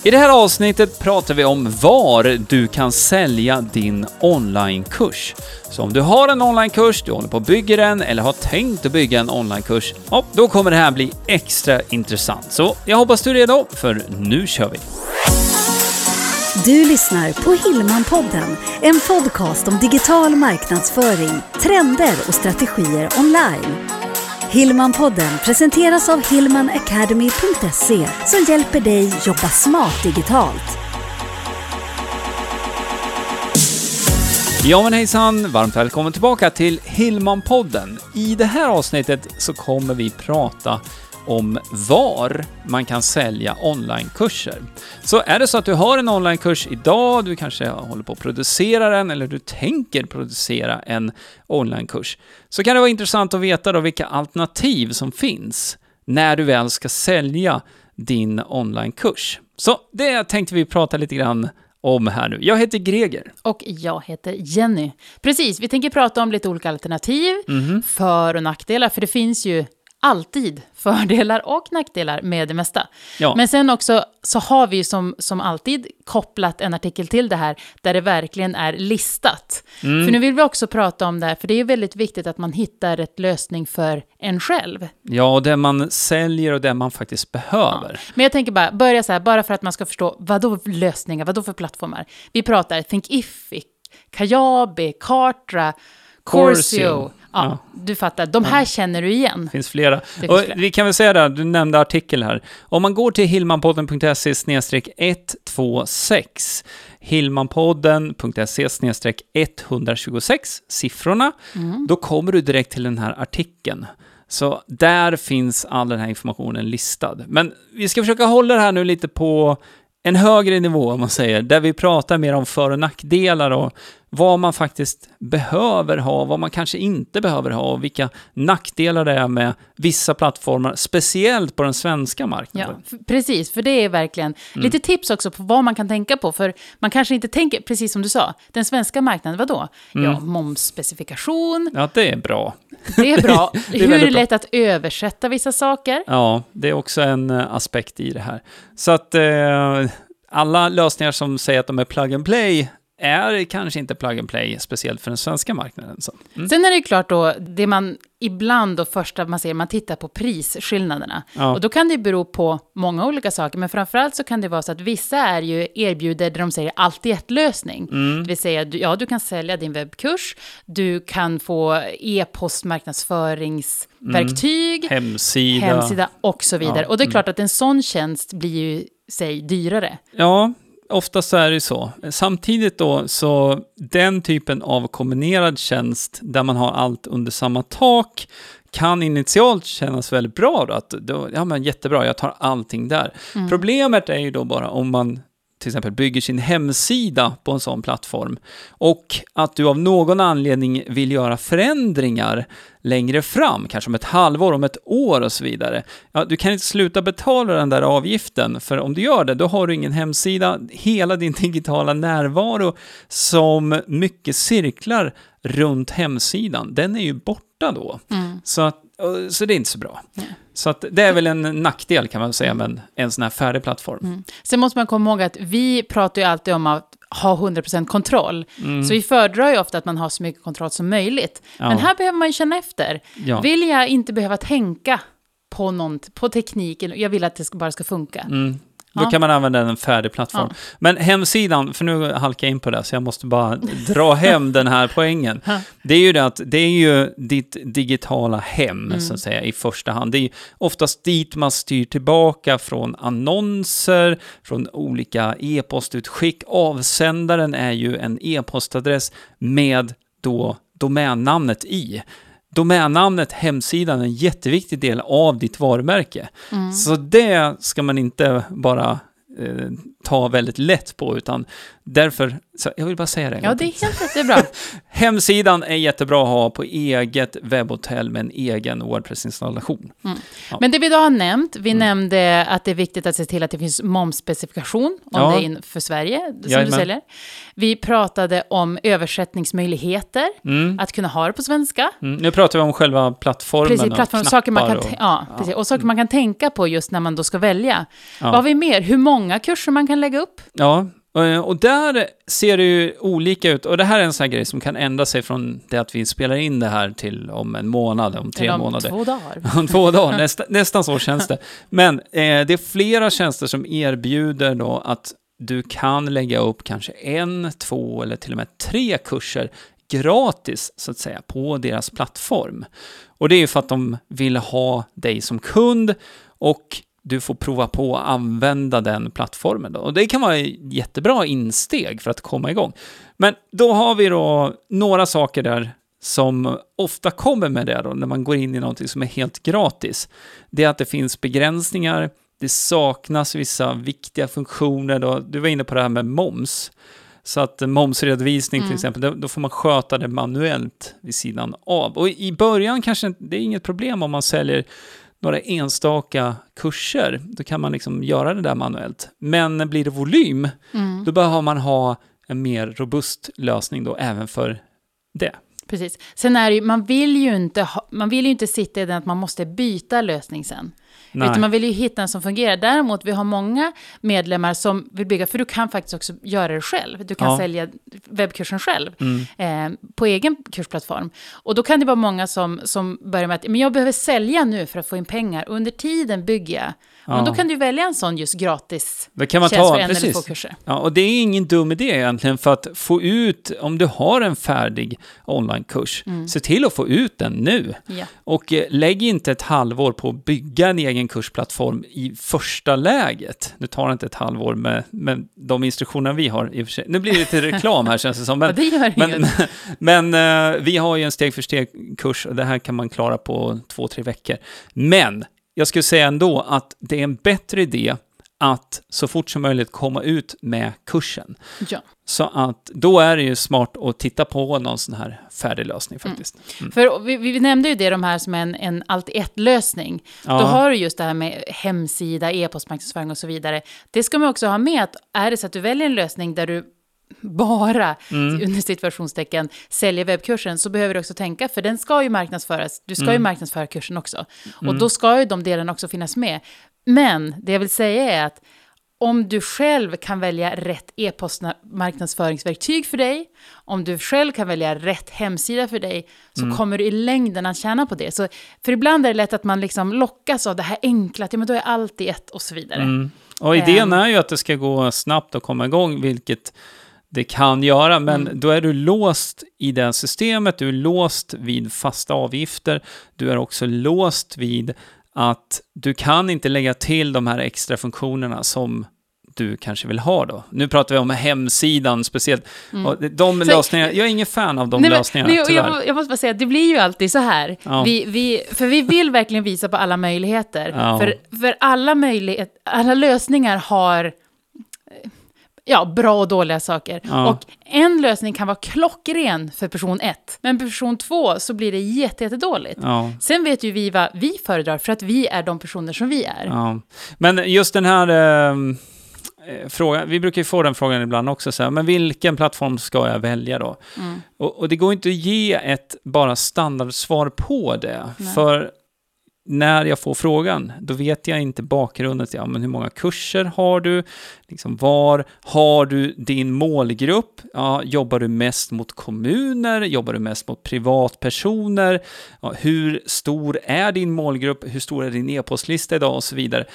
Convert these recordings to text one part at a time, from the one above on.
I det här avsnittet pratar vi om var du kan sälja din onlinekurs. Så om du har en onlinekurs, du håller på att bygga den eller har tänkt att bygga en onlinekurs, då kommer det här bli extra intressant. Så jag hoppas du är redo, för nu kör vi! Du lyssnar på Hillman-podden, en podcast om digital marknadsföring, trender och strategier online. Hillman-podden presenteras av hillmanacademy.se som hjälper dig jobba smart digitalt. Ja men hejsan, varmt välkommen tillbaka till Hillman-podden. I det här avsnittet så kommer vi prata om var man kan sälja onlinekurser. Så är det så att du har en onlinekurs idag, du kanske håller på att producera den eller du tänker producera en onlinekurs, så kan det vara intressant att veta då vilka alternativ som finns när du väl ska sälja din onlinekurs. Så det tänkte vi prata lite grann om här nu. Jag heter Greger. Och jag heter Jenny. Precis, vi tänker prata om lite olika alternativ, för- och nackdelar, för det finns ju alltid fördelar och nackdelar med det mesta. Ja. Men sen också så har vi ju som alltid kopplat en artikel till det här där det verkligen är listat. För nu vill vi också prata om det här, för det är väldigt viktigt att man hittar rätt lösning för en själv. Ja, och det man säljer och det man faktiskt behöver. Ja. Men jag tänker börja så här, bara för att man ska förstå vad då lösningar, vad då för plattformar. Vi pratar Thinkific, Kajabi, Kartra, Corsio. Ja, du fattar. De här känner du igen. Det finns flera. Och vi kan väl säga det, du nämnde artikel här. Om man går till hillmanpodden.se/126, hillmanpodden.se/126, siffrorna, då kommer du direkt till den här artikeln. Så där finns all den här informationen listad. Men vi ska försöka hålla det här nu lite på en högre nivå, om man säger, där vi pratar mer om för- och nackdelar och vad man faktiskt behöver ha, vad man kanske inte behöver ha och vilka nackdelar det är med vissa plattformar, speciellt på den svenska marknaden. Ja, precis, för det är verkligen lite tips också på vad man kan tänka på, för man kanske inte tänker, precis som du sa, den svenska marknaden, vadå? Ja, momsspecifikation. Ja, det är bra. Det är bra. Det är Hur är det bra. lätt att översätta vissa saker? Ja, det är också en aspekt i det här. Så att alla lösningar som säger att de är plug and play är kanske inte plug and play, speciellt för den svenska marknaden. Så. Sen är det ju klart då, det man ibland då första man ser, man tittar på prisskillnaderna. Ja. Och då kan det bero på många olika saker, men framförallt så kan det vara så att vissa är ju erbjuder där de säger allt i ett lösning. Det vill säga, du kan sälja din webbkurs, du kan få e-postmarknadsföringsverktyg, Hemsida och så vidare. Ja. Och det är klart att en sån tjänst blir ju, säg, dyrare. Ja, oftast så är det så. Samtidigt då, så den typen av kombinerad tjänst där man har allt under samma tak kan initialt kännas väldigt bra då, att ja men jättebra, jag tar allting där. Problemet är ju då bara om man till exempel bygger sin hemsida på en sån plattform och att du av någon anledning vill göra förändringar längre fram, kanske om ett halvår, om ett år och så vidare. Ja, du kan inte sluta betala den där avgiften, för om du gör det, då har du ingen hemsida. Hela din digitala närvaro som mycket cirklar runt hemsidan, den är ju borta då. Så det är inte så bra. Så att det är väl en nackdel kan man säga med en sån här färdig plattform. Sen måste man komma ihåg att vi pratar ju alltid om att ha 100% kontroll. Så vi föredrar ju ofta att man har så mycket kontroll som möjligt. Ja. Men här behöver man ju känna efter. Ja. Vill jag inte behöva tänka på tekniken, jag vill att det bara ska funka. Då kan man använda en färdig plattform. Ja. Men hemsidan, för nu halkar jag in på det, så jag måste bara dra hem den här poängen. Det är ju det att det är ju ditt digitala hem, så att säga, i första hand. Det är ju oftast dit man styr tillbaka från annonser, från olika e-postutskick. Avsändaren är ju en e-postadress med då domännamnet i. Domännamnet, hemsidan, är en jätteviktig del av ditt varumärke. Så det ska man inte bara ta väldigt lätt på, utan därför, så jag vill bara säga det. Ja, det är helt rätt, det är bra. Hemsidan är jättebra att ha på eget webbhotell med en egen WordPress-installation. Ja. Men det vi då har nämnt, vi nämnde att det är viktigt att se till att det finns momsspecifikation om det är in för Sverige som du säljer. Vi pratade om översättningsmöjligheter, att kunna ha det på svenska. Nu pratar vi om själva plattformen. Precis, plattform, saker man kan och saker man kan tänka på just när man då ska välja. Vad har vi mer? Hur många många kurser man kan lägga upp. Ja, och där ser det ju olika ut. Och det här är en sån här grej som kan ändra sig från det att vi spelar in det här till om en månad, om 3 månader. 2 dagar. Om 2 dagar, nästan så känns det. Men det är flera tjänster som erbjuder då att du kan lägga upp kanske 1, 2 eller till och med 3 kurser gratis så att säga på deras plattform. Och det är ju för att de vill ha dig som kund och du får prova på att använda den plattformen då. Och det kan vara ett jättebra insteg för att komma igång. Men då har vi då några saker där som ofta kommer med det då, när man går in i någonting som är helt gratis. Det är att det finns begränsningar, det saknas vissa viktiga funktioner då. Du var inne på det här med moms. Så att momsredovisning till exempel, då får man sköta det manuellt vid sidan av. Och i början kanske det är inget problem om man säljer några enstaka kurser. Då kan man liksom göra det där manuellt. Men blir det volym, då behöver man ha en mer robust lösning då även för det. Precis. Sen är det ju, man vill ju inte sitta i den att man måste byta lösning sen. Utan man vill ju hitta en som fungerar. Däremot vi har många medlemmar som vill bygga, för du kan faktiskt också göra det själv. Du kan sälja webbkursen själv på egen kursplattform. Och då kan det vara många som börjar med att men jag behöver sälja nu för att få in pengar. Under tiden bygger jag. Men då kan du välja en sån just gratis det kan man tjänst ta, för en precis. eller 2 kurser. Ja, och det är ingen dum idé egentligen för att få ut, om du har en färdig onlinekurs, se till att få ut den nu. Ja. Och lägg inte ett halvår på att bygga en egen kursplattform i första läget. Nu tar det inte ett halvår med de instruktioner vi har i och för sig. Nu blir det lite reklam här känns det som. Men, det gör men vi har ju en steg för steg kurs och det här kan man klara på 2-3 veckor. Men jag skulle säga ändå att det är en bättre idé att så fort som möjligt komma ut med kursen. Ja. Så att då är det ju smart att titta på någon sån här färdig lösning faktiskt. För vi nämnde ju det, de här som en allt-i-ett-lösning. Ja. Då har du just det här med hemsida, e-postmarknadsföring och så vidare. Det ska man också ha med att är det så att du väljer en lösning där du bara under situationstecken säljer webbkursen, så behöver du också tänka, för den ska ju marknadsföras. Du ska ju marknadsföra kursen också. Och då ska ju de delarna också finnas med. Men det jag vill säga är att om du själv kan välja rätt e-postmarknadsföringsverktyg för dig, om du själv kan välja rätt hemsida för dig, så kommer du i längden att tjäna på det. Så, för ibland är det lätt att man liksom lockas av det här enkla, men då är allt i ett och så vidare. Och idén är ju att det ska gå snabbt att komma igång, vilket det kan göra, men då är du låst i det systemet, du är låst vid fasta avgifter, du är också låst vid att du kan inte lägga till de här extra funktionerna som du kanske vill ha då. Nu pratar vi om hemsidan speciellt. Och de lösningar, jag är ingen fan av de lösningarna, tyvärr. Jag måste bara säga att det blir ju alltid så här. Ja. För vi vill verkligen visa på alla möjligheter. Ja. För alla lösningar har bra och dåliga saker. Ja. Och en lösning kan vara klockren för person 1. Men för person 2 så blir det jättedåligt. Ja. Sen vet ju vi vad vi föredrar, för att vi är de personer som vi är. Ja. Men just den här frågan, vi brukar ju få den frågan ibland också. Så här, men vilken plattform ska jag välja då? Och det går inte att ge ett bara standardsvar på det. Nej. För när jag får frågan, då vet jag inte bakgrunden till men hur många kurser har du? Liksom, var har du din målgrupp? Ja, jobbar du mest mot kommuner? Jobbar du mest mot privatpersoner? Ja, hur stor är din målgrupp? Hur stor är din e-postlista idag? Och så vidare.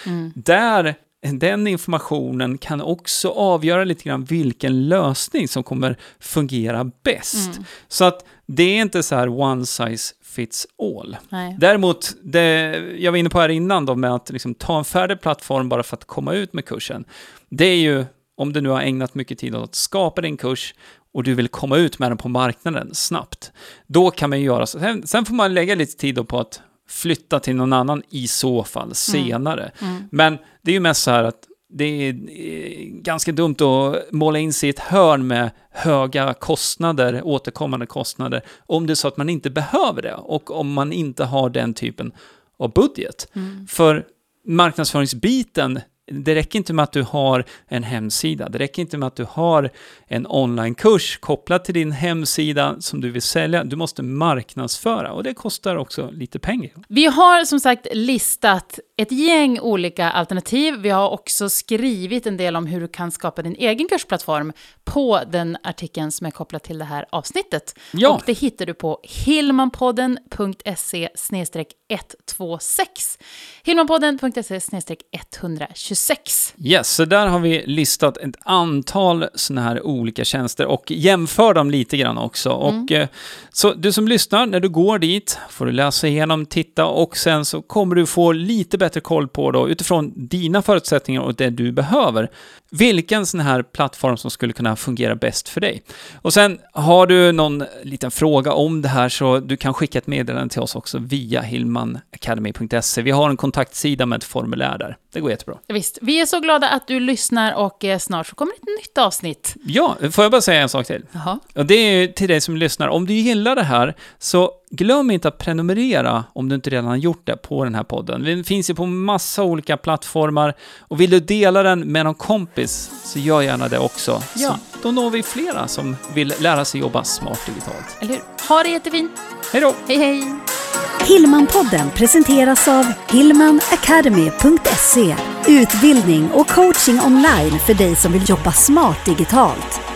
Den informationen kan också avgöra lite grann vilken lösning som kommer fungera bäst. Så att det är inte så här one size fits all. Nej. Däremot, jag var inne på här innan då, med att liksom ta en färdig plattform bara för att komma ut med kursen. Det är ju, om du nu har ägnat mycket tid åt att skapa din kurs och du vill komma ut med den på marknaden snabbt, då kan man ju göra så. Sen får man lägga lite tid på att flytta till någon annan i så fall senare. Men det är ju mest så här att det är ganska dumt att måla in sig i ett hörn med höga kostnader, återkommande kostnader, om det är så att man inte behöver det och om man inte har den typen av budget. För marknadsföringsbiten Det räcker inte med att du har en hemsida. Det räcker inte med att du har en onlinekurs kopplad till din hemsida som du vill sälja. Du måste marknadsföra och det kostar också lite pengar. Vi har som sagt listat ett gäng olika alternativ. Vi har också skrivit en del om hur du kan skapa din egen kursplattform på den artikeln som är kopplad till det här avsnittet. Ja. Och det hittar du på hillmanpodden.se/126. hillmanpodden.se/126. Yes, så där har vi listat ett antal såna här olika tjänster och jämför dem lite grann också. Och så du som lyssnar, när du går dit får du läsa igenom, titta och sen så kommer du få lite bättre koll på då utifrån dina förutsättningar och det du behöver. Vilken sån här plattform som skulle kunna fungera bäst för dig. Och sen har du någon liten fråga om det här så du kan skicka ett meddelande till oss också via hillmanacademy.se. Vi har en kontaktsida med ett formulär där. Det går jättebra. Visst, vi är så glada att du lyssnar och snart så kommer ett nytt avsnitt. Ja, får jag bara säga en sak till? Jaha. Och det är till dig som lyssnar. Om du gillar det här så glöm inte att prenumerera om du inte redan har gjort det på den här podden. Den finns ju på massa olika plattformar och vill du dela den med någon kompis så gör gärna det också. Ja. Så då når vi flera som vill lära sig jobba smart digitalt. Eller hur? Ha det jättefint. Hej då! Hej hej! Hillmanpodden presenteras av hillmanacademy.se. Utbildning och coaching online för dig som vill jobba smart digitalt.